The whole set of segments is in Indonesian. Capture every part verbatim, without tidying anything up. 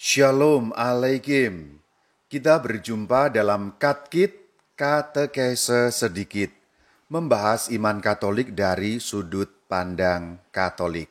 Shalom Alaikum. Kita berjumpa dalam Katkit Katekese Sedikit, membahas iman Katolik dari sudut pandang Katolik.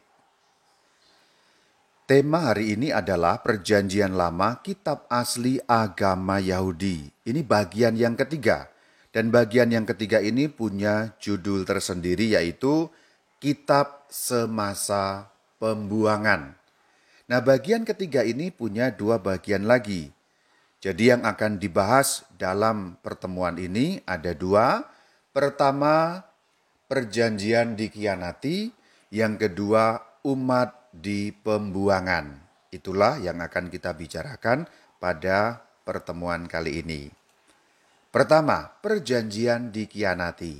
Tema hari ini adalah Perjanjian Lama, Kitab Asli Agama Yahudi. Ini bagian yang ketiga. Dan bagian yang ketiga ini punya judul tersendiri, yaitu Kitab Semasa Pembuangan. Nah, bagian ketiga ini punya dua bagian lagi. Jadi yang akan dibahas dalam pertemuan ini ada dua. Pertama, perjanjian dikhianati. Yang kedua, umat di pembuangan. Itulah yang akan kita bicarakan pada pertemuan kali ini. Pertama, perjanjian dikhianati.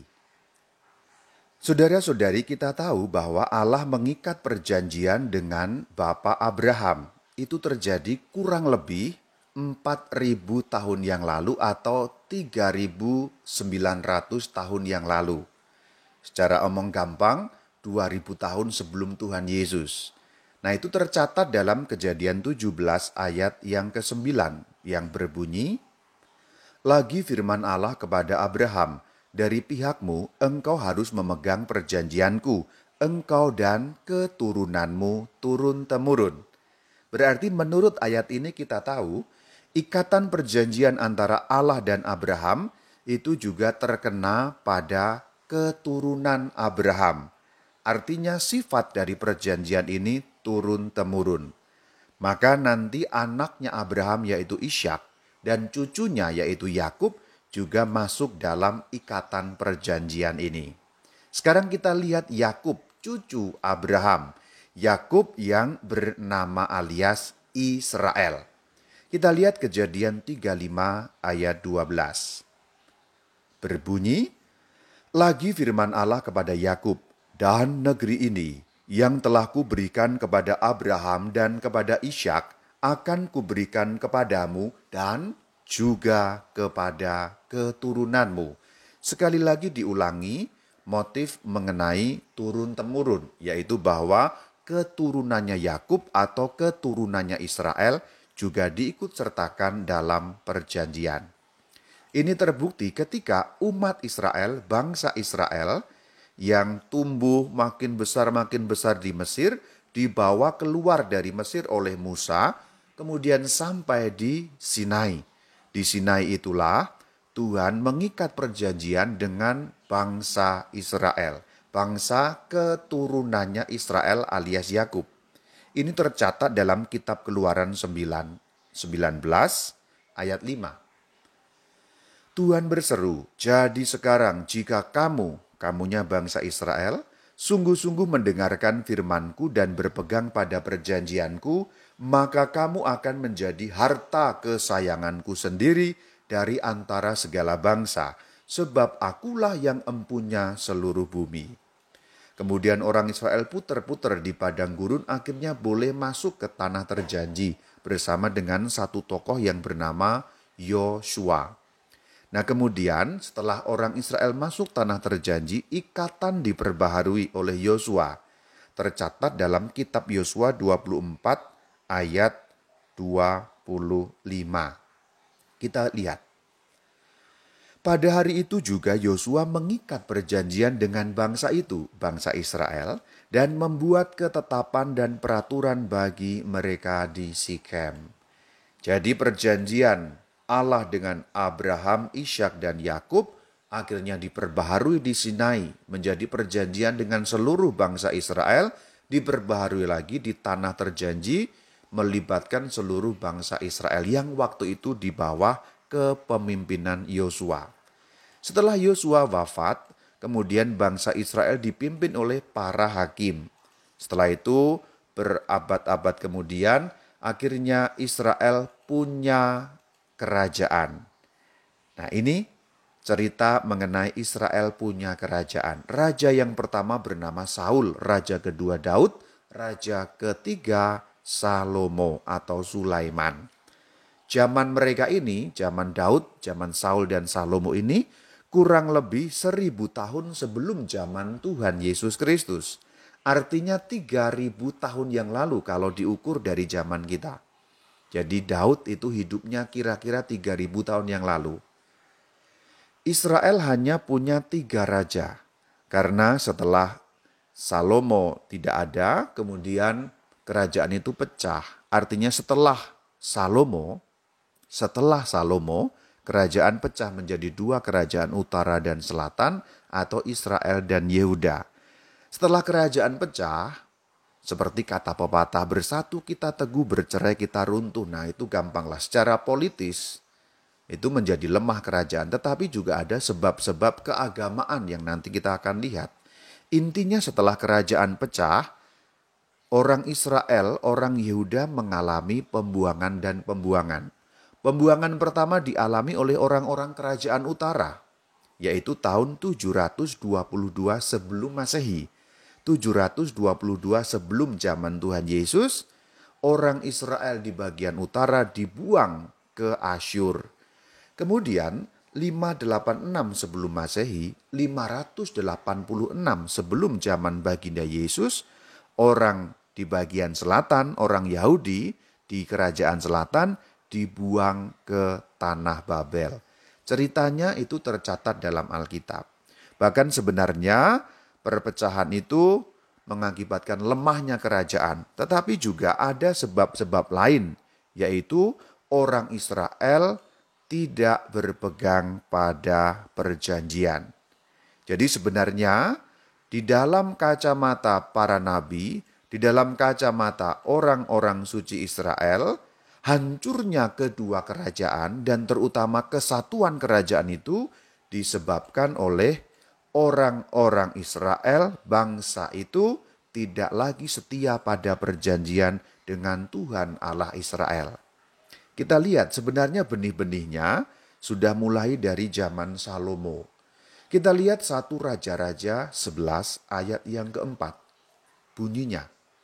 Saudara-saudari, kita tahu bahwa Allah mengikat perjanjian dengan Bapa Abraham. Itu terjadi kurang lebih empat ribu tahun yang lalu atau tiga ribu sembilan ratus tahun yang lalu. Secara omong gampang, dua ribu tahun sebelum Tuhan Yesus. Nah, itu tercatat dalam Kejadian tujuh belas ayat yang kesembilan yang berbunyi, "Lagi firman Allah kepada Abraham, dari pihakmu, engkau harus memegang perjanjianku, engkau dan keturunanmu turun-temurun." Berarti menurut ayat ini kita tahu, ikatan perjanjian antara Allah dan Abraham itu juga terkena pada keturunan Abraham. Artinya sifat dari perjanjian ini turun-temurun. Maka nanti anaknya Abraham yaitu Ishak dan cucunya yaitu Yakub juga masuk dalam ikatan perjanjian ini. Sekarang kita lihat Yakub, cucu Abraham. Yakub yang bernama alias Israel. Kita lihat Kejadian tiga puluh lima ayat dua belas. Berbunyi, "Lagi firman Allah kepada Yakub, dan negeri ini yang telah kuberikan kepada Abraham dan kepada Ishak akan kuberikan kepadamu dan juga kepada keturunanmu." Sekali lagi diulangi motif mengenai turun-temurun, yaitu bahwa keturunannya Yakub atau keturunannya Israel juga diikut sertakan dalam perjanjian. Ini terbukti ketika umat Israel, bangsa Israel yang tumbuh makin besar makin besar di Mesir, dibawa keluar dari Mesir oleh Musa, kemudian sampai di Sinai. Di Sinai itulah Tuhan mengikat perjanjian dengan bangsa Israel. Bangsa keturunannya Israel alias Yakub. Ini tercatat dalam kitab Keluaran sembilan belas ayat lima. Tuhan berseru, "Jadi sekarang jika kamu, kamunya bangsa Israel, sungguh-sungguh mendengarkan firman-Ku dan berpegang pada perjanjian-Ku, maka kamu akan menjadi harta kesayangan-Ku sendiri dari antara segala bangsa, sebab akulah yang empunya seluruh bumi." Kemudian orang Israel putar-putar di padang gurun akhirnya boleh masuk ke tanah terjanji bersama dengan satu tokoh yang bernama Yosua. Nah, kemudian setelah orang Israel masuk tanah terjanji, ikatan diperbaharui oleh Yosua. Tercatat dalam kitab Yosua dua puluh empat ayat dua puluh lima. Kita lihat. Pada hari itu juga Yosua mengikat perjanjian dengan bangsa itu, bangsa Israel, dan membuat ketetapan dan peraturan bagi mereka di Sikem. Jadi perjanjian Allah dengan Abraham, Ishak, dan Yakub akhirnya diperbaharui di Sinai menjadi perjanjian dengan seluruh bangsa Israel, diperbaharui lagi di tanah terjanji melibatkan seluruh bangsa Israel yang waktu itu di bawah kepemimpinan Yosua. Setelah Yosua wafat, kemudian bangsa Israel dipimpin oleh para hakim. Setelah itu berabad-abad kemudian akhirnya Israel punya kerajaan. Nah, ini cerita mengenai Israel punya kerajaan. Raja yang pertama bernama Saul, raja kedua Daud, raja ketiga Salomo atau Sulaiman. Zaman mereka ini, zaman Daud, zaman Saul dan Salomo ini kurang lebih seribu tahun sebelum zaman Tuhan Yesus Kristus. Artinya tiga ribu tahun yang lalu kalau diukur dari zaman kita. Jadi Daud itu hidupnya kira-kira tiga ribu tahun yang lalu. Israel hanya punya tiga raja. Karena setelah Salomo tidak ada, kemudian kerajaan itu pecah. Artinya setelah Salomo, setelah Salomo, kerajaan pecah menjadi dua kerajaan utara dan selatan atau Israel dan Yehuda. Setelah kerajaan pecah, seperti kata pepatah, bersatu kita teguh, bercerai kita runtuh. Nah itu gampanglah. Secara politis itu menjadi lemah kerajaan. Tetapi juga ada sebab-sebab keagamaan yang nanti kita akan lihat. Intinya setelah kerajaan pecah, orang Israel, orang Yehuda mengalami pembuangan dan pembuangan. Pembuangan pertama dialami oleh orang-orang kerajaan utara, yaitu tahun tujuh ratus dua puluh dua sebelum Masehi. tujuh ratus dua puluh dua sebelum zaman Tuhan Yesus, orang Israel di bagian utara dibuang ke Asyur. Kemudian lima ratus delapan puluh enam sebelum Masehi, lima ratus delapan puluh enam sebelum zaman baginda Yesus, orang di bagian selatan, orang Yahudi di kerajaan selatan dibuang ke tanah Babel. Ceritanya itu tercatat dalam Alkitab. Bahkan sebenarnya perpecahan itu mengakibatkan lemahnya kerajaan, tetapi juga ada sebab-sebab lain, yaitu orang Israel tidak berpegang pada perjanjian. Jadi sebenarnya di dalam kacamata para nabi, di dalam kacamata orang-orang suci Israel, hancurnya kedua kerajaan dan terutama kesatuan kerajaan itu disebabkan oleh orang-orang Israel, bangsa itu tidak lagi setia pada perjanjian dengan Tuhan Allah Israel. Kita lihat sebenarnya benih-benihnya sudah mulai dari zaman Salomo. Kita lihat satu Raja-Raja sebelas ayat yang keempat. Bunyinya,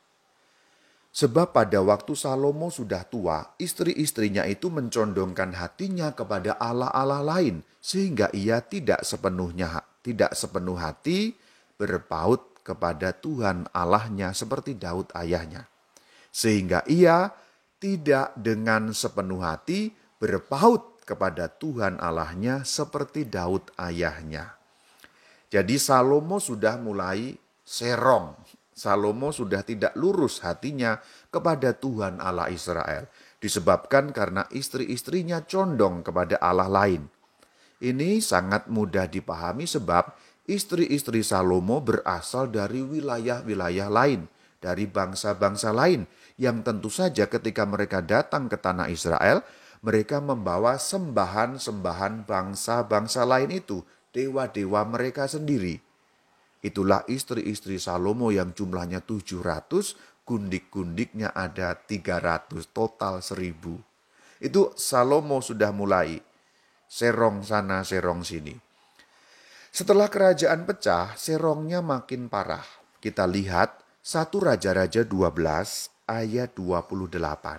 sebab pada waktu Salomo sudah tua, istri-istrinya itu mencondongkan hatinya kepada allah-allah lain, sehingga ia tidak sepenuhnya tidak sepenuh hati berpaut kepada Tuhan Allahnya seperti Daud ayahnya. Sehingga ia tidak dengan sepenuh hati berpaut kepada Tuhan Allahnya seperti Daud ayahnya. Jadi Salomo sudah mulai serong. Salomo sudah tidak lurus hatinya kepada Tuhan Allah Israel. Disebabkan karena istri-istrinya condong kepada Allah lain. Ini sangat mudah dipahami sebab istri-istri Salomo berasal dari wilayah-wilayah lain, dari bangsa-bangsa lain, yang tentu saja ketika mereka datang ke tanah Israel, mereka membawa sembahan-sembahan bangsa-bangsa lain itu, dewa-dewa mereka sendiri. Itulah istri-istri Salomo yang jumlahnya tujuh ratus, gundik-gundiknya ada tiga ratus, total seribu. Itu Salomo sudah mulai serong sana, serong sini. Setelah kerajaan pecah, serongnya makin parah. Kita lihat satu Raja-Raja dua belas ayat dua puluh delapan.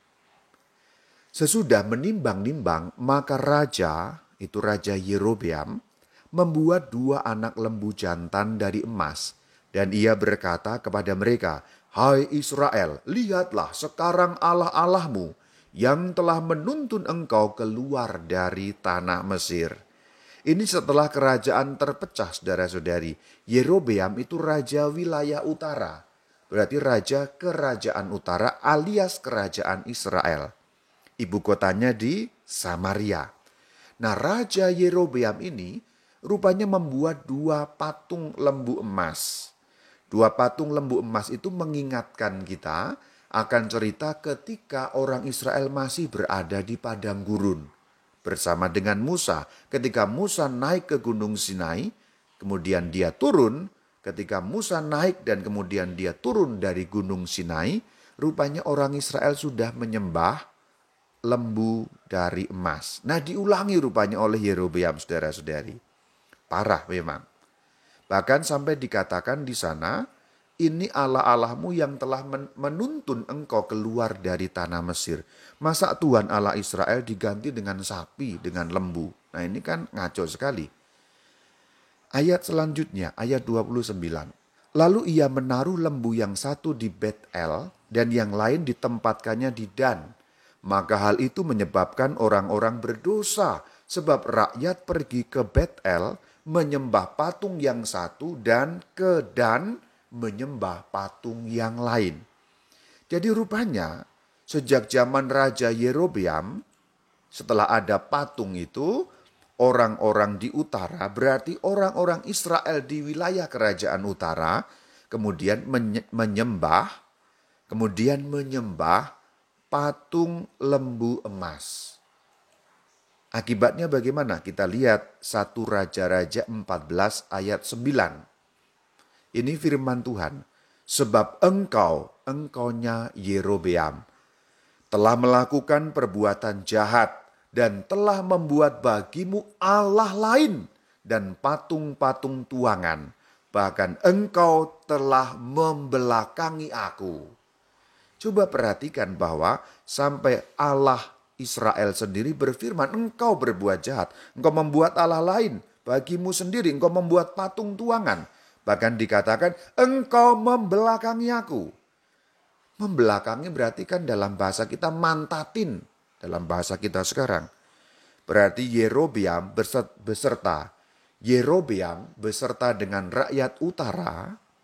Sesudah menimbang-nimbang, maka raja, itu Raja Yerobeam, membuat dua anak lembu jantan dari emas. Dan ia berkata kepada mereka, "Hai Israel, lihatlah sekarang Allah-Allahmu yang telah menuntun engkau keluar dari tanah Mesir." Ini setelah kerajaan terpecah, saudara-saudari. Yerobeam itu raja wilayah utara. Berarti raja kerajaan utara alias kerajaan Israel. Ibu kotanya di Samaria. Nah, Raja Yerobeam ini rupanya membuat dua patung lembu emas. Dua patung lembu emas itu mengingatkan kita akan cerita ketika orang Israel masih berada di padang gurun bersama dengan Musa. Ketika Musa naik ke Gunung Sinai, kemudian dia turun. Ketika Musa naik dan kemudian dia turun dari Gunung Sinai, rupanya orang Israel sudah menyembah lembu dari emas. Nah, diulangi rupanya oleh Yerobeam, saudara-saudari. Parah memang. Bahkan sampai dikatakan di sana, ini Allah-Allahmu yang telah menuntun engkau keluar dari tanah Mesir. Masa Tuhan Allah Israel diganti dengan sapi, dengan lembu? Nah, ini kan ngaco sekali. Ayat selanjutnya, ayat dua puluh sembilan. Lalu ia menaruh lembu yang satu di Bet-El dan yang lain ditempatkannya di Dan. Maka hal itu menyebabkan orang-orang berdosa, sebab rakyat pergi ke Betel menyembah patung yang satu dan ke Dan menyembah patung yang lain. Jadi rupanya sejak zaman Raja Yerobeam, setelah ada patung itu, orang-orang di utara, berarti orang-orang Israel di wilayah kerajaan utara, kemudian menyembah, kemudian menyembah patung lembu emas. Akibatnya bagaimana? Kita lihat satu Raja-Raja empat belas ayat sembilan. Ini firman Tuhan. Sebab engkau, engkaunya Yerobeam, telah melakukan perbuatan jahat dan telah membuat bagimu Allah lain dan patung-patung tuangan. Bahkan engkau telah membelakangi aku. Coba perhatikan bahwa sampai Allah Israel sendiri berfirman, engkau berbuat jahat, engkau membuat Allah lain bagimu sendiri, engkau membuat patung tuangan. Bahkan dikatakan, engkau membelakangi aku. Membelakangi berarti kan dalam bahasa kita mantatin, dalam bahasa kita sekarang. Berarti Yerobeam beserta, Yerobeam beserta dengan rakyat utara,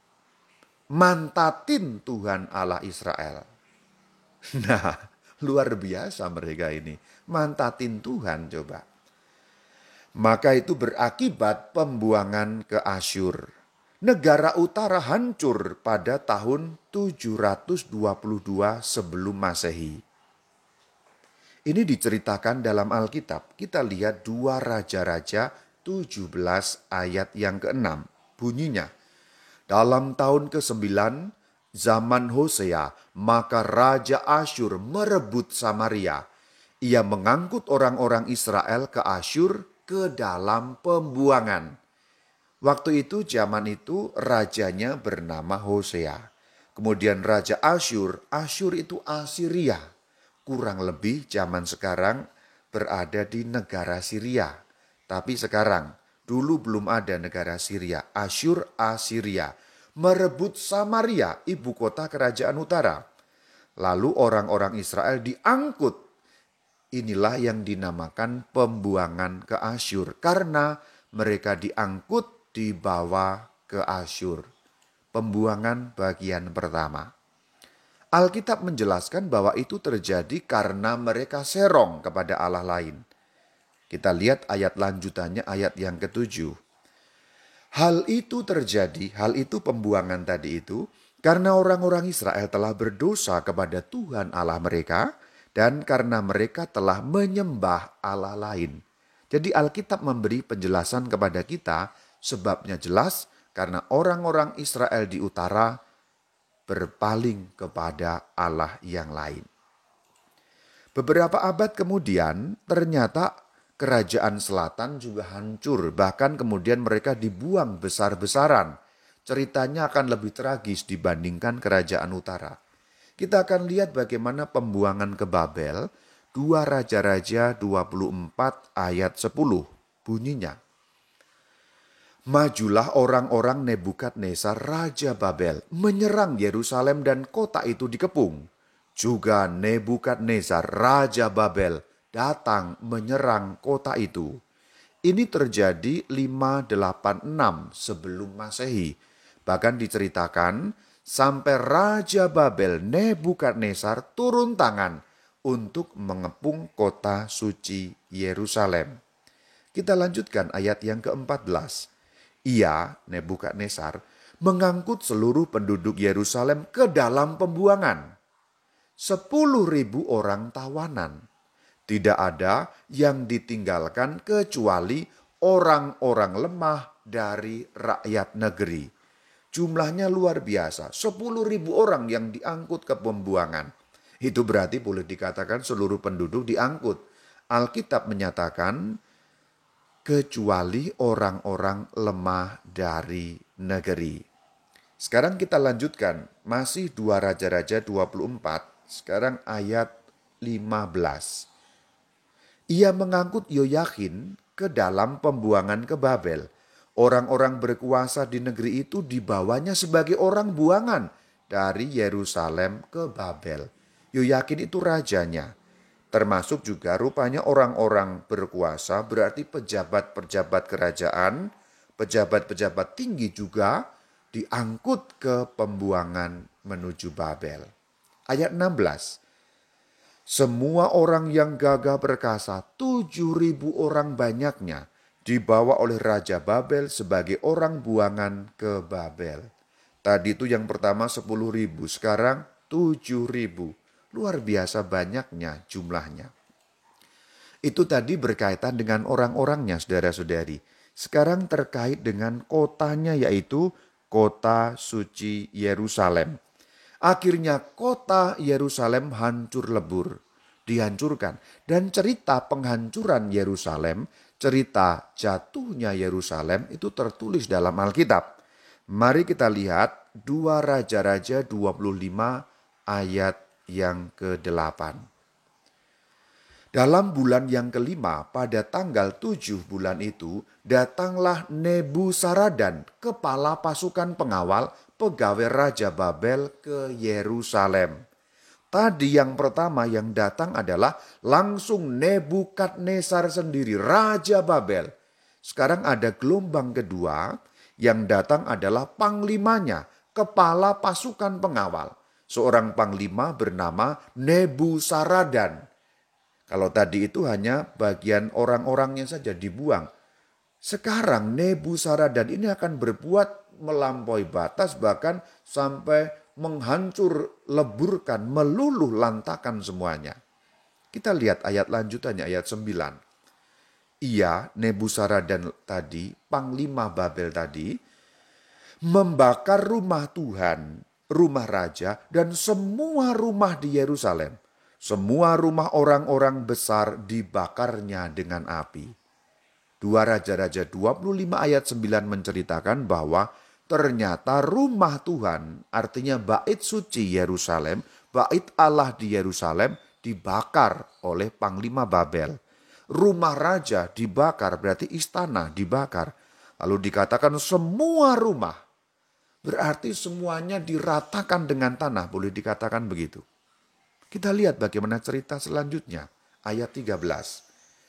mantatin Tuhan Allah Israel. Nah, luar biasa mereka ini. Mantatin Tuhan coba. Maka itu berakibat pembuangan ke Asyur. Negara utara hancur pada tahun tujuh ratus dua puluh dua sebelum Masehi. Ini diceritakan dalam Alkitab. Kita lihat dua Raja-Raja tujuh belas ayat yang keenam. Bunyinya, dalam tahun kesembilan zaman Hosea, maka Raja Asyur merebut Samaria. Ia mengangkut orang-orang Israel ke Asyur ke dalam pembuangan. Waktu itu, zaman itu rajanya bernama Hosea. Kemudian Raja Asyur, Asyur itu Asiria. Kurang lebih zaman sekarang berada di negara Syria. Tapi sekarang, dulu belum ada negara Syria. Asyur, Asiria. Merebut Samaria, ibu kota kerajaan utara. Lalu orang-orang Israel diangkut. Inilah yang dinamakan pembuangan ke Asyur. Karena mereka diangkut dibawa ke Asyur. Pembuangan bagian pertama. Alkitab menjelaskan bahwa itu terjadi karena mereka serong kepada Allah lain. Kita lihat ayat lanjutannya, ayat yang ketujuh. Hal itu terjadi, hal itu pembuangan tadi itu, karena orang-orang Israel telah berdosa kepada Tuhan Allah mereka, dan karena mereka telah menyembah Allah lain. Jadi Alkitab memberi penjelasan kepada kita, sebabnya jelas karena orang-orang Israel di utara berpaling kepada Allah yang lain. Beberapa abad kemudian ternyata kerajaan selatan juga hancur. Bahkan kemudian mereka dibuang besar-besaran. Ceritanya akan lebih tragis dibandingkan kerajaan utara. Kita akan lihat bagaimana pembuangan ke Babel. dua Raja-Raja dua puluh empat ayat sepuluh. Bunyinya, majulah orang-orang Nebukadnezar Raja Babel menyerang Yerusalem dan kota itu dikepung. Juga Nebukadnezar Raja Babel datang menyerang kota itu. Ini terjadi lima delapan enam sebelum Masehi. Bahkan diceritakan sampai Raja Babel Nebukadnezar turun tangan untuk mengepung kota suci Yerusalem. Kita lanjutkan ayat yang keempat belas. Ia, Nebukadnezar, mengangkut seluruh penduduk Yerusalem ke dalam pembuangan. Sepuluh ribu orang tawanan. Tidak ada yang ditinggalkan kecuali orang-orang lemah dari rakyat negeri. Jumlahnya luar biasa. Sepuluh ribu orang yang diangkut ke pembuangan. Itu berarti boleh dikatakan seluruh penduduk diangkut. Alkitab menyatakan kecuali orang-orang lemah dari negeri. Sekarang kita lanjutkan. Masih dua Raja-Raja dua puluh empat. Sekarang ayat lima belas. Ia mengangkut Yoyakin ke dalam pembuangan ke Babel. Orang-orang berkuasa di negeri itu dibawanya sebagai orang buangan dari Yerusalem ke Babel. Yoyakin itu rajanya. Termasuk juga rupanya orang-orang berkuasa, berarti pejabat-pejabat kerajaan, pejabat-pejabat tinggi juga diangkut ke pembuangan menuju Babel. Ayat enam belas. Semua orang yang gagah perkasa, tujuh ribu orang banyaknya, dibawa oleh Raja Babel sebagai orang buangan ke Babel. Tadi itu yang pertama sepuluh ribu, sekarang tujuh ribu. Luar biasa banyaknya jumlahnya. Itu tadi berkaitan dengan orang-orangnya, saudara-saudari. Sekarang terkait dengan kotanya, yaitu kota suci Yerusalem. Akhirnya kota Yerusalem hancur lebur, dihancurkan. Dan cerita penghancuran Yerusalem, cerita jatuhnya Yerusalem itu tertulis dalam Alkitab. Mari kita lihat dua Raja-Raja dua puluh lima ayat yang kedelapan. Dalam bulan yang kelima, pada tanggal tujuh bulan itu, datanglah Nebuzaradan, kepala pasukan pengawal pegawai Raja Babel ke Yerusalem. Tadi yang pertama yang datang adalah langsung Nebukadnezar sendiri, Raja Babel. Sekarang ada gelombang kedua, yang datang adalah panglimanya, kepala pasukan pengawal. Seorang panglima bernama Nebuzaradan. Kalau tadi itu hanya bagian orang-orangnya saja dibuang. Sekarang Nebuzaradan ini akan berbuat melampaui batas, bahkan sampai menghancur leburkan, meluluh lantakan semuanya. Kita lihat ayat lanjutannya, ayat sembilan. Ia, Nebuzaradan tadi, panglima Babel tadi, membakar rumah Tuhan, rumah raja, dan semua rumah di Yerusalem. Semua rumah orang-orang besar dibakarnya dengan api. Dua Raja-Raja dua puluh lima ayat sembilan menceritakan bahwa ternyata rumah Tuhan, artinya bait suci Yerusalem, bait Allah di Yerusalem dibakar oleh panglima Babel. Rumah raja dibakar, berarti istana dibakar. Lalu dikatakan semua rumah, berarti semuanya diratakan dengan tanah, boleh dikatakan begitu. Kita lihat bagaimana cerita selanjutnya, ayat tiga belas.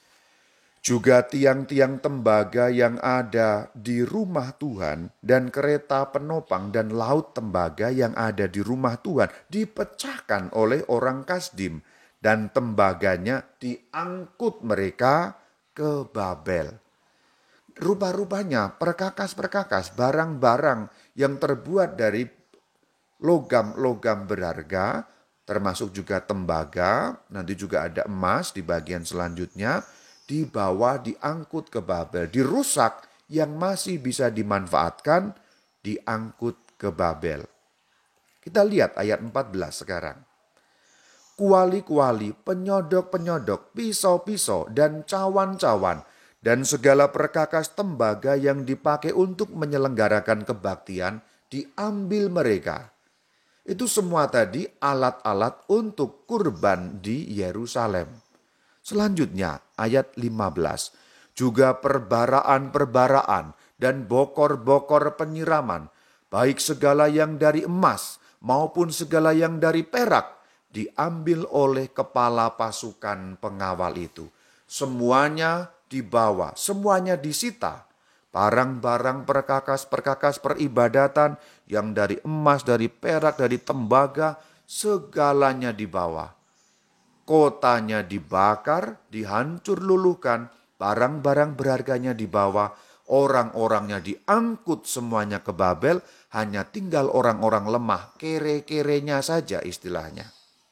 Juga tiang-tiang tembaga yang ada di rumah Tuhan dan kereta penopang dan laut tembaga yang ada di rumah Tuhan dipecahkan oleh orang Kasdim, dan tembaganya diangkut mereka ke Babel. Rupa-rupanya perkakas-perkakas, barang-barang yang terbuat dari logam-logam berharga, termasuk juga tembaga, nanti juga ada emas di bagian selanjutnya, dibawa diangkut ke Babel, dirusak, yang masih bisa dimanfaatkan diangkut ke Babel. Kita lihat ayat empat belas sekarang. Kuali-kuali, penyodok-penyodok, pisau-pisau, dan cawan-cawan, dan segala perkakas tembaga yang dipakai untuk menyelenggarakan kebaktian diambil mereka. Itu semua tadi alat-alat untuk kurban di Yerusalem. Selanjutnya ayat lima belas. Juga perbaraan-perbaraan dan bokor-bokor penyiraman, baik segala yang dari emas maupun segala yang dari perak, diambil oleh kepala pasukan pengawal itu. Semuanya dibawa, semuanya disita. Barang-barang perkakas-perkakas peribadatan yang dari emas, dari perak, dari tembaga, segalanya dibawa. Kotanya dibakar, dihancur luluhkan, barang-barang berharganya dibawa, orang-orangnya diangkut semuanya ke Babel, hanya tinggal orang-orang lemah, kere-kerenya saja istilahnya.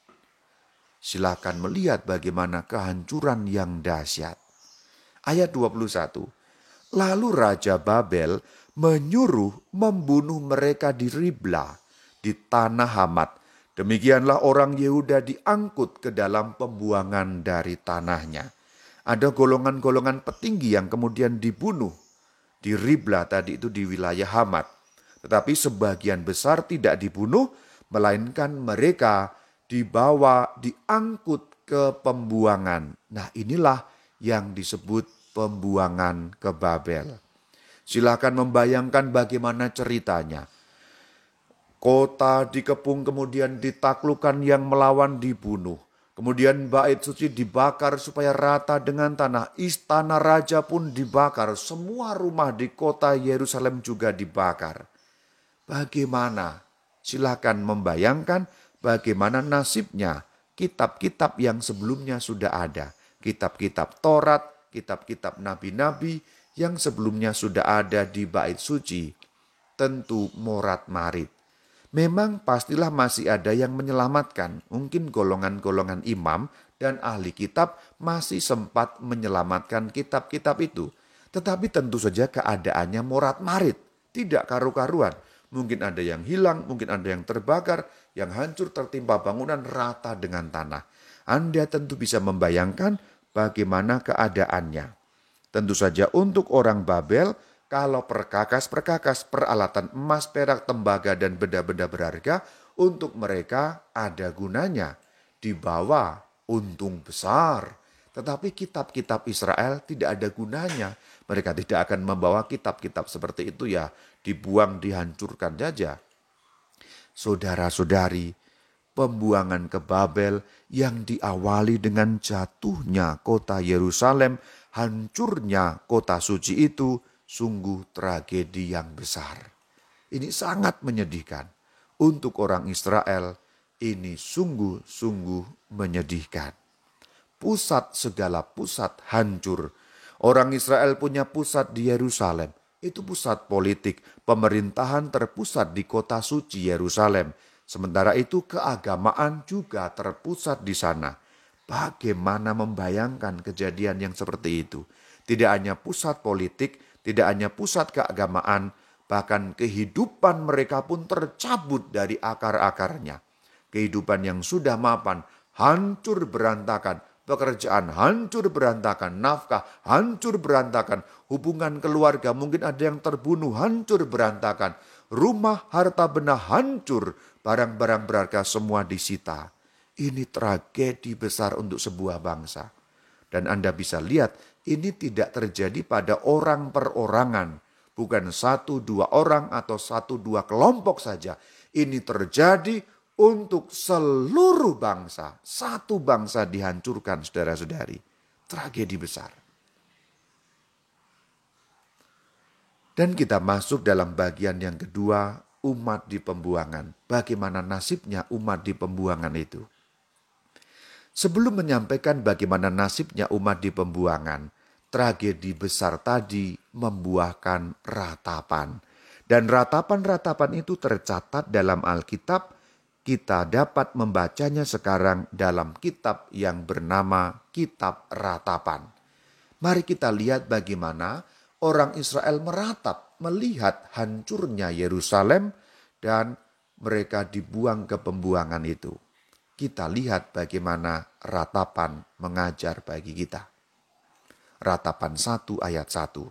Silakan melihat bagaimana kehancuran yang dahsyat. Ayat dua puluh satu. Lalu Raja Babel menyuruh membunuh mereka di Ribla, di tanah Hamat. Demikianlah orang Yehuda diangkut ke dalam pembuangan dari tanahnya. Ada golongan-golongan petinggi yang kemudian dibunuh di Ribla tadi itu di wilayah Hamat. Tetapi sebagian besar tidak dibunuh, melainkan mereka dibawa, diangkut ke pembuangan. Nah, inilah yang disebut pembuangan ke Babel. Silakan membayangkan bagaimana ceritanya. Kota dikepung kemudian ditaklukkan, yang melawan dibunuh. Kemudian bait suci dibakar supaya rata dengan tanah. Istana raja pun dibakar. Semua rumah di kota Yerusalem juga dibakar. Bagaimana? Silakan membayangkan bagaimana nasibnya kitab-kitab yang sebelumnya sudah ada. Kitab-kitab Taurat, kitab-kitab nabi-nabi yang sebelumnya sudah ada di bait suci. Tentu morat-marit. Memang pastilah masih ada yang menyelamatkan. Mungkin golongan-golongan imam dan ahli kitab masih sempat menyelamatkan kitab-kitab itu. Tetapi tentu saja keadaannya morat-marit. Tidak karu-karuan. Mungkin ada yang hilang, mungkin ada yang terbakar, yang hancur tertimpa bangunan rata dengan tanah. Anda tentu bisa membayangkan bagaimana keadaannya. Tentu saja untuk orang Babel, kalau perkakas-perkakas, peralatan emas, perak, tembaga, dan benda-benda berharga, untuk mereka ada gunanya. Dibawa untung besar. Tetapi kitab-kitab Israel tidak ada gunanya. Mereka tidak akan membawa kitab-kitab seperti itu ya. Dibuang, dihancurkan saja. Saudara-saudari, pembuangan ke Babel yang diawali dengan jatuhnya kota Yerusalem, hancurnya kota suci itu, sungguh tragedi yang besar. Ini sangat menyedihkan. Untuk orang Israel, ini sungguh-sungguh menyedihkan. Pusat segala pusat hancur. Orang Israel punya pusat di Yerusalem. Itu pusat politik, pemerintahan terpusat di kota suci Yerusalem. Sementara itu keagamaan juga terpusat di sana. Bagaimana membayangkan kejadian yang seperti itu? Tidak hanya pusat politik, tidak hanya pusat keagamaan, bahkan kehidupan mereka pun tercabut dari akar-akarnya. Kehidupan yang sudah mapan, hancur berantakan. Pekerjaan hancur berantakan, nafkah hancur berantakan, hubungan keluarga mungkin ada yang terbunuh, hancur berantakan. Rumah, harta benda hancur, barang-barang berharga semua disita. Ini tragedi besar untuk sebuah bangsa. Dan Anda bisa lihat, ini tidak terjadi pada orang perorangan. Bukan satu dua orang atau satu dua kelompok saja. Ini terjadi untuk seluruh bangsa. Satu bangsa dihancurkan, saudara-saudari. Tragedi besar. Dan kita masuk dalam bagian yang kedua, umat di pembuangan. Bagaimana nasibnya umat di pembuangan itu? Sebelum menyampaikan bagaimana nasibnya umat di pembuangan, tragedi besar tadi membuahkan ratapan. Dan ratapan-ratapan itu tercatat dalam Alkitab. Kita dapat membacanya sekarang dalam kitab yang bernama Kitab Ratapan. Mari kita lihat bagaimana orang Israel meratap melihat hancurnya Yerusalem dan mereka dibuang ke pembuangan itu. Kita lihat bagaimana ratapan mengajar bagi kita. Ratapan satu ayat satu.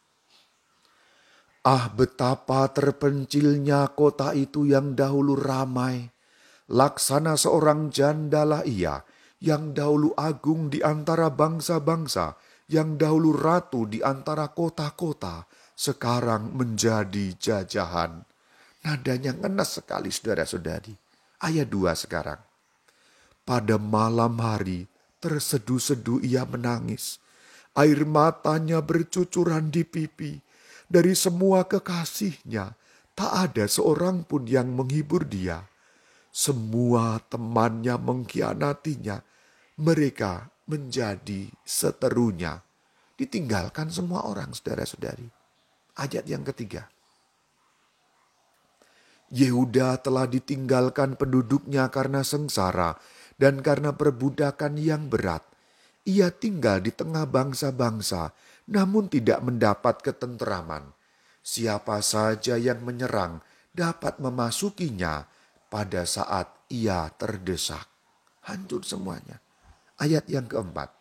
Ah, betapa terpencilnya kota itu yang dahulu ramai. Laksana seorang jandalah ia, yang dahulu agung di antara bangsa-bangsa, yang dahulu ratu di antara kota-kota, sekarang menjadi jajahan. Nadanya ngenes sekali, saudara-saudari. Ayat dua sekarang. Pada malam hari, terseduh-seduh ia menangis. Air matanya bercucuran di pipi. Dari semua kekasihnya, tak ada seorang pun yang menghibur dia. Semua temannya mengkhianatinya. Mereka menjadi seterunya. Ditinggalkan semua orang, saudara-saudari. Ayat yang ketiga. Yehuda telah ditinggalkan penduduknya karena sengsara dan karena perbudakan yang berat. Ia tinggal di tengah bangsa-bangsa, namun tidak mendapat ketenteraman. Siapa saja yang menyerang dapat memasukinya pada saat ia terdesak. Hancur semuanya. Ayat yang keempat.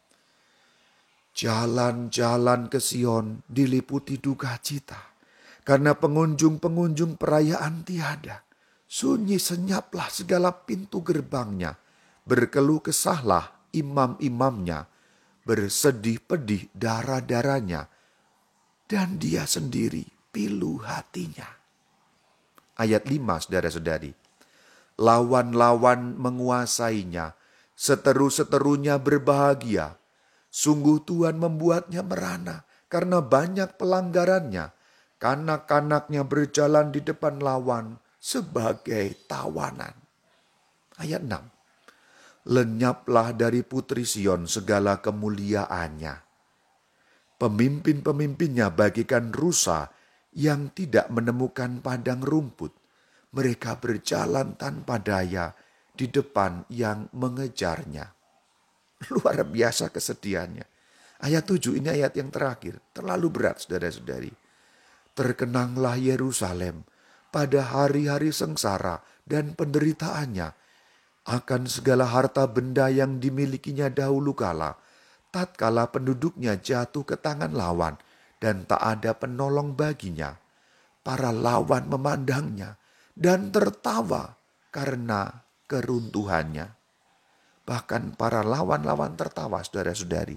Jalan-jalan ke Sion diliputi duka cita. Karena pengunjung-pengunjung perayaan tiada. Sunyi senyaplah segala pintu gerbangnya. Berkeluh kesahlah imam-imamnya. Bersedih pedih darah-darahnya. Dan dia sendiri pilu hatinya. Ayat lima, saudara-saudari. Lawan-lawan menguasainya. Seteru-seterunya berbahagia. Sungguh Tuhan membuatnya merana karena banyak pelanggarannya. Kanak-kanaknya berjalan di depan lawan sebagai tawanan. Ayat enam. Lenyaplah dari putri Sion segala kemuliaannya. Pemimpin-pemimpinnya bagikan rusa yang tidak menemukan padang rumput. Mereka berjalan tanpa daya di depan yang mengejarnya. Luar biasa kesedihannya. Ayat tujuh ini ayat yang terakhir. Terlalu berat, saudara-saudari. Terkenanglah Yerusalem pada hari-hari sengsara dan penderitaannya akan segala harta benda yang dimilikinya dahulu kala, tatkala penduduknya jatuh ke tangan lawan dan tak ada penolong baginya. Para lawan memandangnya dan tertawa karena keruntuhannya. Bahkan para lawan-lawan tertawa, saudara-saudari.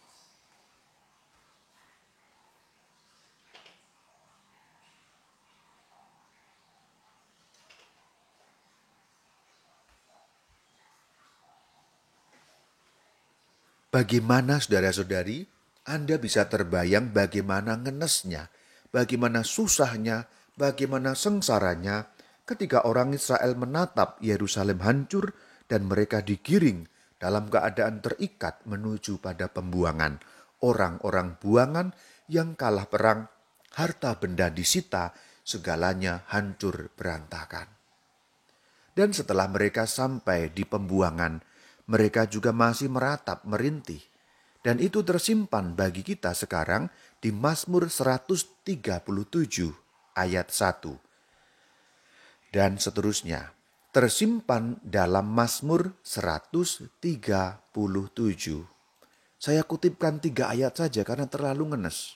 Bagaimana, saudara-saudari, Anda bisa terbayang bagaimana ngenesnya, bagaimana susahnya, bagaimana sengsaranya ketika orang Israel menatap Yerusalem hancur dan mereka digiring dalam keadaan terikat menuju pada pembuangan. Orang-orang buangan yang kalah perang, harta benda disita, segalanya hancur berantakan. Dan setelah mereka sampai di pembuangan, mereka juga masih meratap, merintih. Dan itu tersimpan bagi kita sekarang di Mazmur seratus tiga puluh tujuh ayat satu. Dan seterusnya, tersimpan dalam Mazmur seratus tiga puluh tujuh. Saya kutipkan tiga ayat saja karena terlalu ngenes.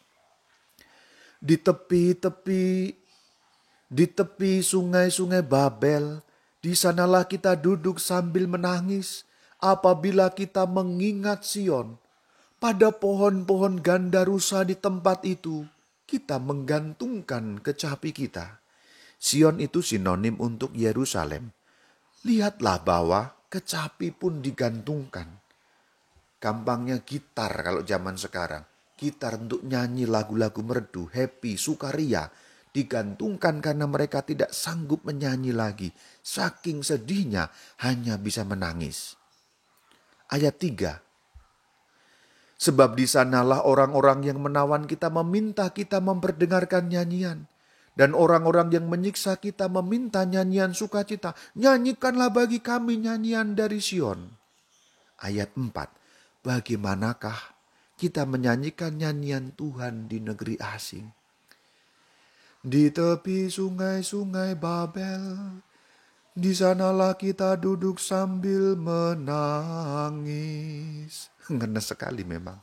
Di tepi-tepi, di tepi sungai-sungai Babel, di sanalah kita duduk sambil menangis. Apabila kita mengingat Sion, pada pohon-pohon gandarusa di tempat itu, kita menggantungkan kecapi kita. Sion itu sinonim untuk Yerusalem. Lihatlah bahwa kecapi pun digantungkan. Gampangnya gitar kalau zaman sekarang. Gitar untuk nyanyi lagu-lagu merdu, happy, sukaria. Digantungkan karena mereka tidak sanggup menyanyi lagi. Saking sedihnya hanya bisa menangis. Ayat tiga. Sebab di sanalah orang-orang yang menawan kita meminta kita memperdengarkan nyanyian. Dan orang-orang yang menyiksa kita meminta nyanyian sukacita. Nyanyikanlah bagi kami nyanyian dari Sion. Ayat empat. Bagaimanakah kita menyanyikan nyanyian Tuhan di negeri asing? Di tepi sungai-sungai Babel, di sanalah kita duduk sambil menangis. Ngenes sekali memang.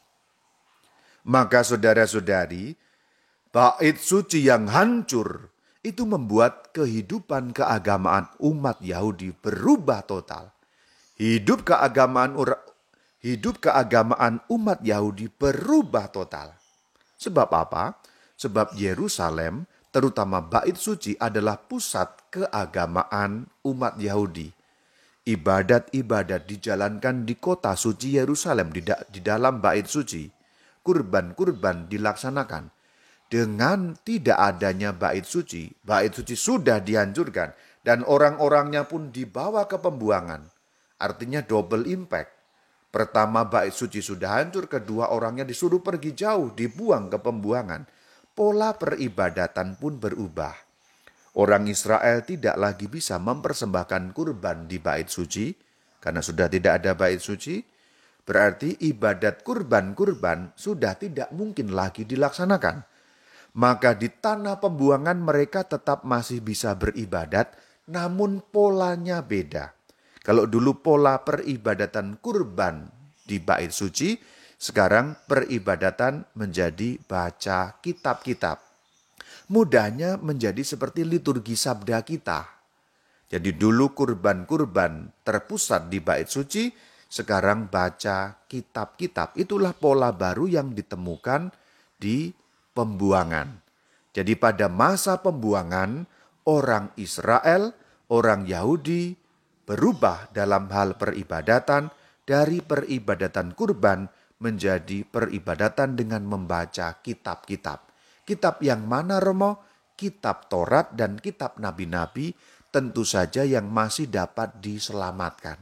Maka saudara-saudari, bait suci yang hancur itu membuat kehidupan keagamaan umat Yahudi berubah total. Hidup keagamaan hidup keagamaan umat Yahudi berubah total. Sebab apa? Sebab Yerusalem, terutama bait suci, adalah pusat keagamaan umat Yahudi. Ibadat-ibadat dijalankan di kota suci Yerusalem, di, da- di dalam bait suci. Kurban-kurban dilaksanakan. Dengan tidak adanya bait suci, bait suci sudah dihancurkan dan orang-orangnya pun dibawa ke pembuangan. Artinya double impact. Pertama, bait suci sudah hancur, kedua orangnya disuruh pergi jauh, dibuang ke pembuangan. Pola peribadatan pun berubah. Orang Israel tidak lagi bisa mempersembahkan kurban di bait suci, karena sudah tidak ada bait suci. Berarti ibadat kurban-kurban sudah tidak mungkin lagi dilaksanakan. Maka di tanah pembuangan mereka tetap masih bisa beribadat, namun polanya beda. Kalau dulu pola peribadatan kurban di bait suci, sekarang peribadatan menjadi baca kitab-kitab. Mudahnya menjadi seperti liturgi sabda kita. Jadi dulu kurban-kurban terpusat di bait suci, sekarang baca kitab-kitab. Itulah pola baru yang ditemukan di pembuangan. Jadi pada masa pembuangan, orang Israel, orang Yahudi berubah dalam hal peribadatan dari peribadatan kurban menjadi peribadatan dengan membaca kitab-kitab. Kitab yang mana, Romo? Kitab Taurat dan kitab nabi-nabi tentu saja yang masih dapat diselamatkan.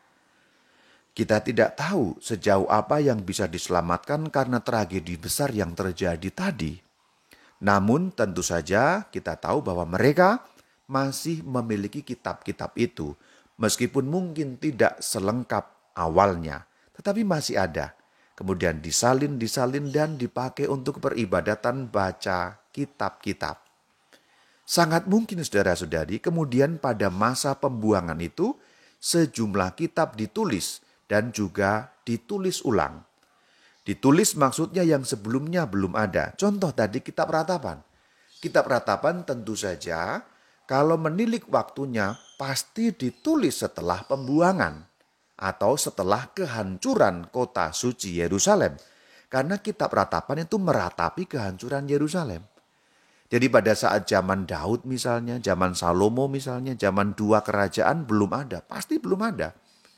Kita tidak tahu sejauh apa yang bisa diselamatkan karena tragedi besar yang terjadi tadi. Namun tentu saja kita tahu bahwa mereka masih memiliki kitab-kitab itu. Meskipun mungkin tidak selengkap awalnya, tetapi masih ada. Kemudian disalin, disalin dan dipakai untuk peribadatan baca kitab-kitab. Sangat mungkin saudara-saudari kemudian pada masa pembuangan itu sejumlah kitab ditulis dan juga ditulis ulang. Ditulis maksudnya yang sebelumnya belum ada. Contoh tadi kitab ratapan. Kitab ratapan tentu saja kalau menilik waktunya pasti ditulis setelah pembuangan atau setelah kehancuran kota suci Yerusalem. Karena kitab ratapan itu meratapi kehancuran Yerusalem. Jadi pada saat zaman Daud misalnya, zaman Salomo misalnya, zaman dua kerajaan belum ada. Pasti belum ada.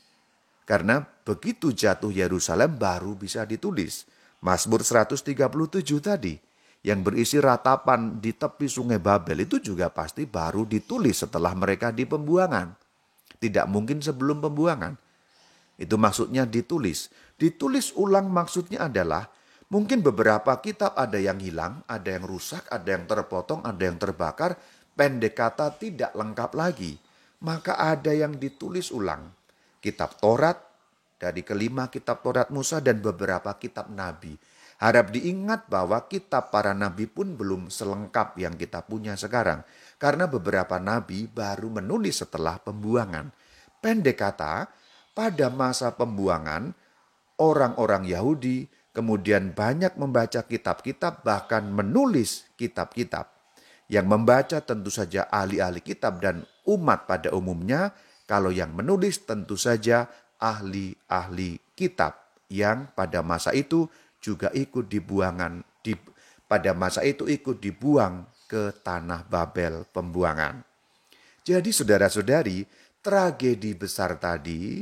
Karena begitu jatuh Yerusalem baru bisa ditulis. Mazmur seratus tiga puluh tujuh tadi yang berisi ratapan di tepi sungai Babel itu juga pasti baru ditulis setelah mereka di pembuangan. Tidak mungkin sebelum pembuangan. Itu maksudnya ditulis. Ditulis ulang maksudnya adalah mungkin beberapa kitab ada yang hilang, ada yang rusak, ada yang terpotong, ada yang terbakar. Pendek kata tidak lengkap lagi. Maka ada yang ditulis ulang. Kitab Taurat, dari kelima kitab Taurat Musa dan beberapa kitab Nabi. Harap diingat bahwa kitab para nabi pun belum selengkap yang kita punya sekarang. Karena beberapa nabi baru menulis setelah pembuangan. Pendek kata, pada masa pembuangan, orang-orang Yahudi kemudian banyak membaca kitab-kitab bahkan menulis kitab-kitab. Yang membaca tentu saja ahli-ahli kitab dan umat pada umumnya. Kalau yang menulis tentu saja ahli-ahli kitab yang pada masa itu juga ikut dibuangan di, pada masa itu ikut dibuang ke tanah Babel pembuangan. Jadi saudara-saudari, tragedi besar tadi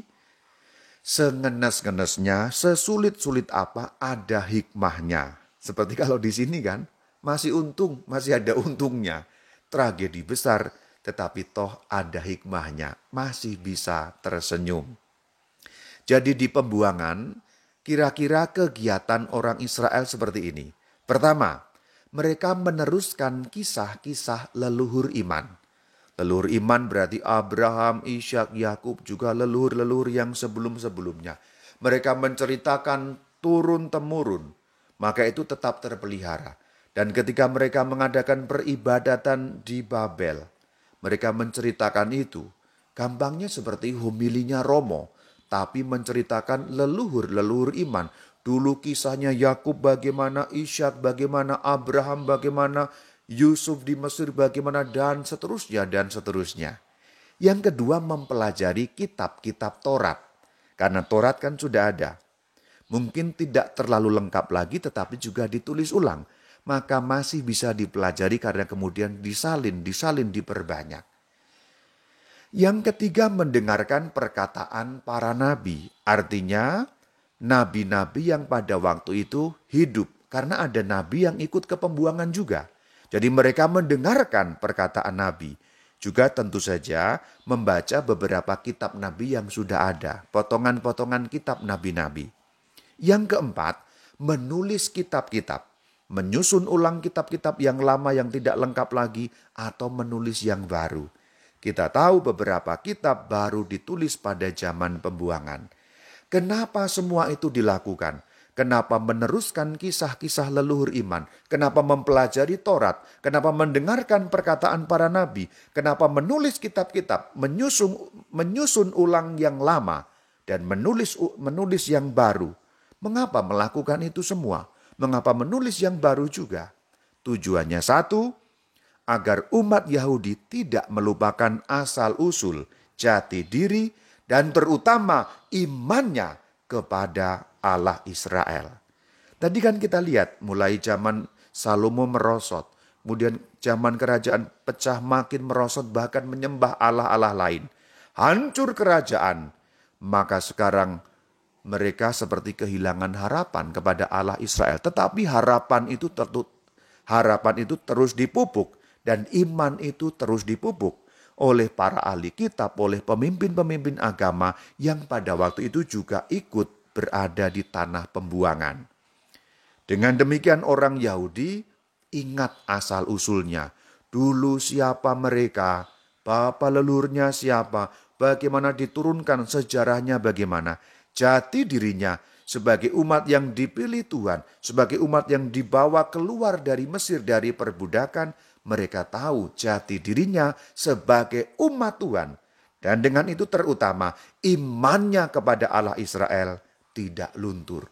sengenes-ngenesnya, sesulit-sulit apa ada hikmahnya. Seperti kalau di sini kan masih untung, masih ada untungnya. Tragedi besar tetapi toh ada hikmahnya, masih bisa tersenyum. Jadi di pembuangan, kira-kira kegiatan orang Israel seperti ini. Pertama, mereka meneruskan kisah-kisah leluhur iman. Leluhur iman berarti Abraham, Ishak, Yakub, juga leluhur-leluhur yang sebelum-sebelumnya. Mereka menceritakan turun-temurun, maka itu tetap terpelihara. Dan ketika mereka mengadakan peribadatan di Babel, mereka menceritakan itu. Gampangnya seperti homilinya Romo, tapi menceritakan leluhur-leluhur iman. Dulu kisahnya Yakub bagaimana, Ishak bagaimana, Abraham bagaimana, Yusuf di Mesir bagaimana, dan seterusnya, dan seterusnya. Yang kedua, mempelajari kitab-kitab Taurat. Karena Taurat kan sudah ada. Mungkin tidak terlalu lengkap lagi, tetapi juga ditulis ulang. Maka masih bisa dipelajari karena kemudian disalin, disalin, diperbanyak. Yang ketiga, mendengarkan perkataan para nabi. Artinya, nabi-nabi yang pada waktu itu hidup. Karena ada nabi yang ikut ke pembuangan juga. Jadi mereka mendengarkan perkataan nabi. Juga tentu saja membaca beberapa kitab nabi yang sudah ada. Potongan-potongan kitab nabi-nabi. Yang keempat, menulis kitab-kitab. Menyusun ulang kitab-kitab yang lama yang tidak lengkap lagi atau menulis yang baru. Kita tahu beberapa kitab baru ditulis pada zaman pembuangan. Kenapa semua itu dilakukan? Kenapa meneruskan kisah-kisah leluhur iman? Kenapa mempelajari Taurat? Kenapa mendengarkan perkataan para nabi? Kenapa menulis kitab-kitab, menyusun menyusun ulang yang lama dan menulis menulis yang baru? Mengapa melakukan itu semua? Mengapa menulis yang baru juga? Tujuannya satu, agar umat Yahudi tidak melupakan asal-usul, jati diri, dan terutama imannya kepada Allah Israel. Tadi kan kita lihat mulai zaman Salomo merosot, kemudian zaman kerajaan pecah makin merosot bahkan menyembah Allah-Allah lain. Hancur kerajaan, maka sekarang mereka seperti kehilangan harapan kepada Allah Israel. Tetapi harapan itu tertut, harapan itu terus dipupuk dan iman itu terus dipupuk oleh para ahli kitab, oleh pemimpin-pemimpin agama yang pada waktu itu juga ikut berada di tanah pembuangan. Dengan demikian orang Yahudi ingat asal-usulnya. Dulu siapa mereka, bapa leluhurnya siapa, bagaimana diturunkan sejarahnya bagaimana. Jati dirinya sebagai umat yang dipilih Tuhan, sebagai umat yang dibawa keluar dari Mesir dari perbudakan, mereka tahu jati dirinya sebagai umat Tuhan. Dan dengan itu terutama imannya kepada Allah Israel tidak luntur.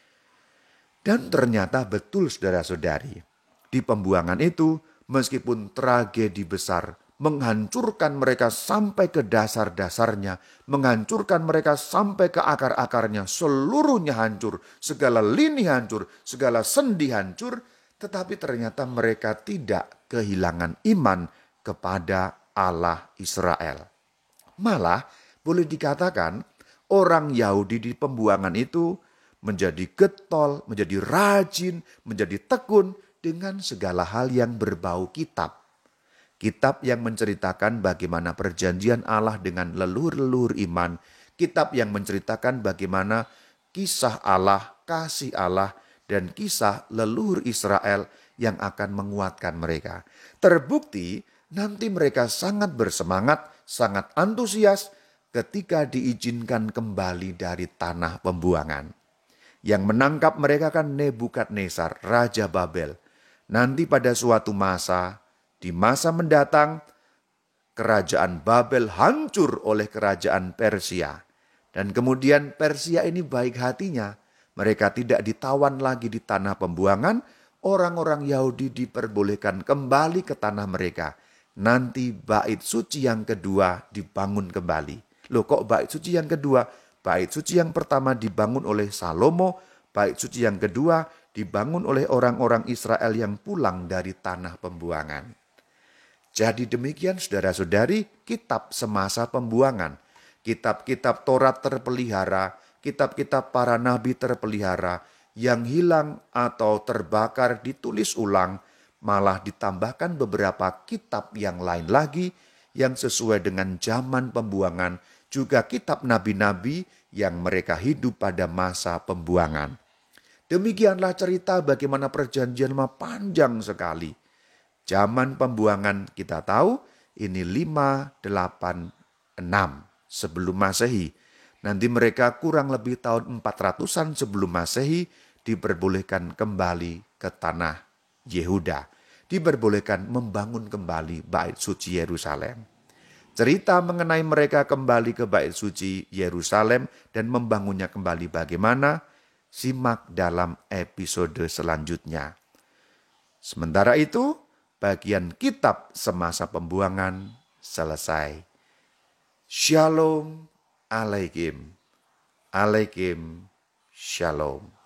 Dan ternyata betul saudara-saudari, di pembuangan itu meskipun tragedi besar menghancurkan mereka sampai ke dasar-dasarnya, menghancurkan mereka sampai ke akar-akarnya, seluruhnya hancur, segala lini hancur, segala sendi hancur, tetapi ternyata mereka tidak kehilangan iman kepada Allah Israel. Malah boleh dikatakan orang Yahudi di pembuangan itu menjadi getol, menjadi rajin, menjadi tekun dengan segala hal yang berbau kitab. Kitab yang menceritakan bagaimana perjanjian Allah dengan leluhur-leluhur iman. Kitab yang menceritakan bagaimana kisah Allah, kasih Allah, dan kisah leluhur Israel yang akan menguatkan mereka. Terbukti nanti mereka sangat bersemangat, sangat antusias ketika diizinkan kembali dari tanah pembuangan. Yang menangkap mereka kan Nebukadnezar, Raja Babel. Nanti pada suatu masa, di masa mendatang, kerajaan Babel hancur oleh kerajaan Persia. Dan kemudian Persia ini baik hatinya. Mereka tidak ditawan lagi di tanah pembuangan. Orang-orang Yahudi diperbolehkan kembali ke tanah mereka. Nanti bait suci yang kedua dibangun kembali. Loh kok bait suci yang kedua? Bait suci yang pertama dibangun oleh Salomo. Bait suci yang kedua dibangun oleh orang-orang Israel yang pulang dari tanah pembuangan. Jadi demikian saudara-saudari kitab semasa pembuangan. Kitab-kitab Taurat terpelihara, kitab-kitab para nabi terpelihara, yang hilang atau terbakar ditulis ulang, malah ditambahkan beberapa kitab yang lain lagi yang sesuai dengan zaman pembuangan, juga kitab nabi-nabi yang mereka hidup pada masa pembuangan. Demikianlah cerita bagaimana perjanjian lama panjang sekali. Zaman pembuangan kita tahu ini lima delapan enam sebelum Masehi. Nanti mereka kurang lebih tahun empat ratusan sebelum Masehi diperbolehkan kembali ke tanah Yehuda. Diperbolehkan membangun kembali bait suci Yerusalem. Cerita mengenai mereka kembali ke bait suci Yerusalem dan membangunnya kembali bagaimana? Simak dalam episode selanjutnya. Sementara itu, bagian kitab semasa pembuangan selesai. Shalom Alaikum. Alaikum Shalom.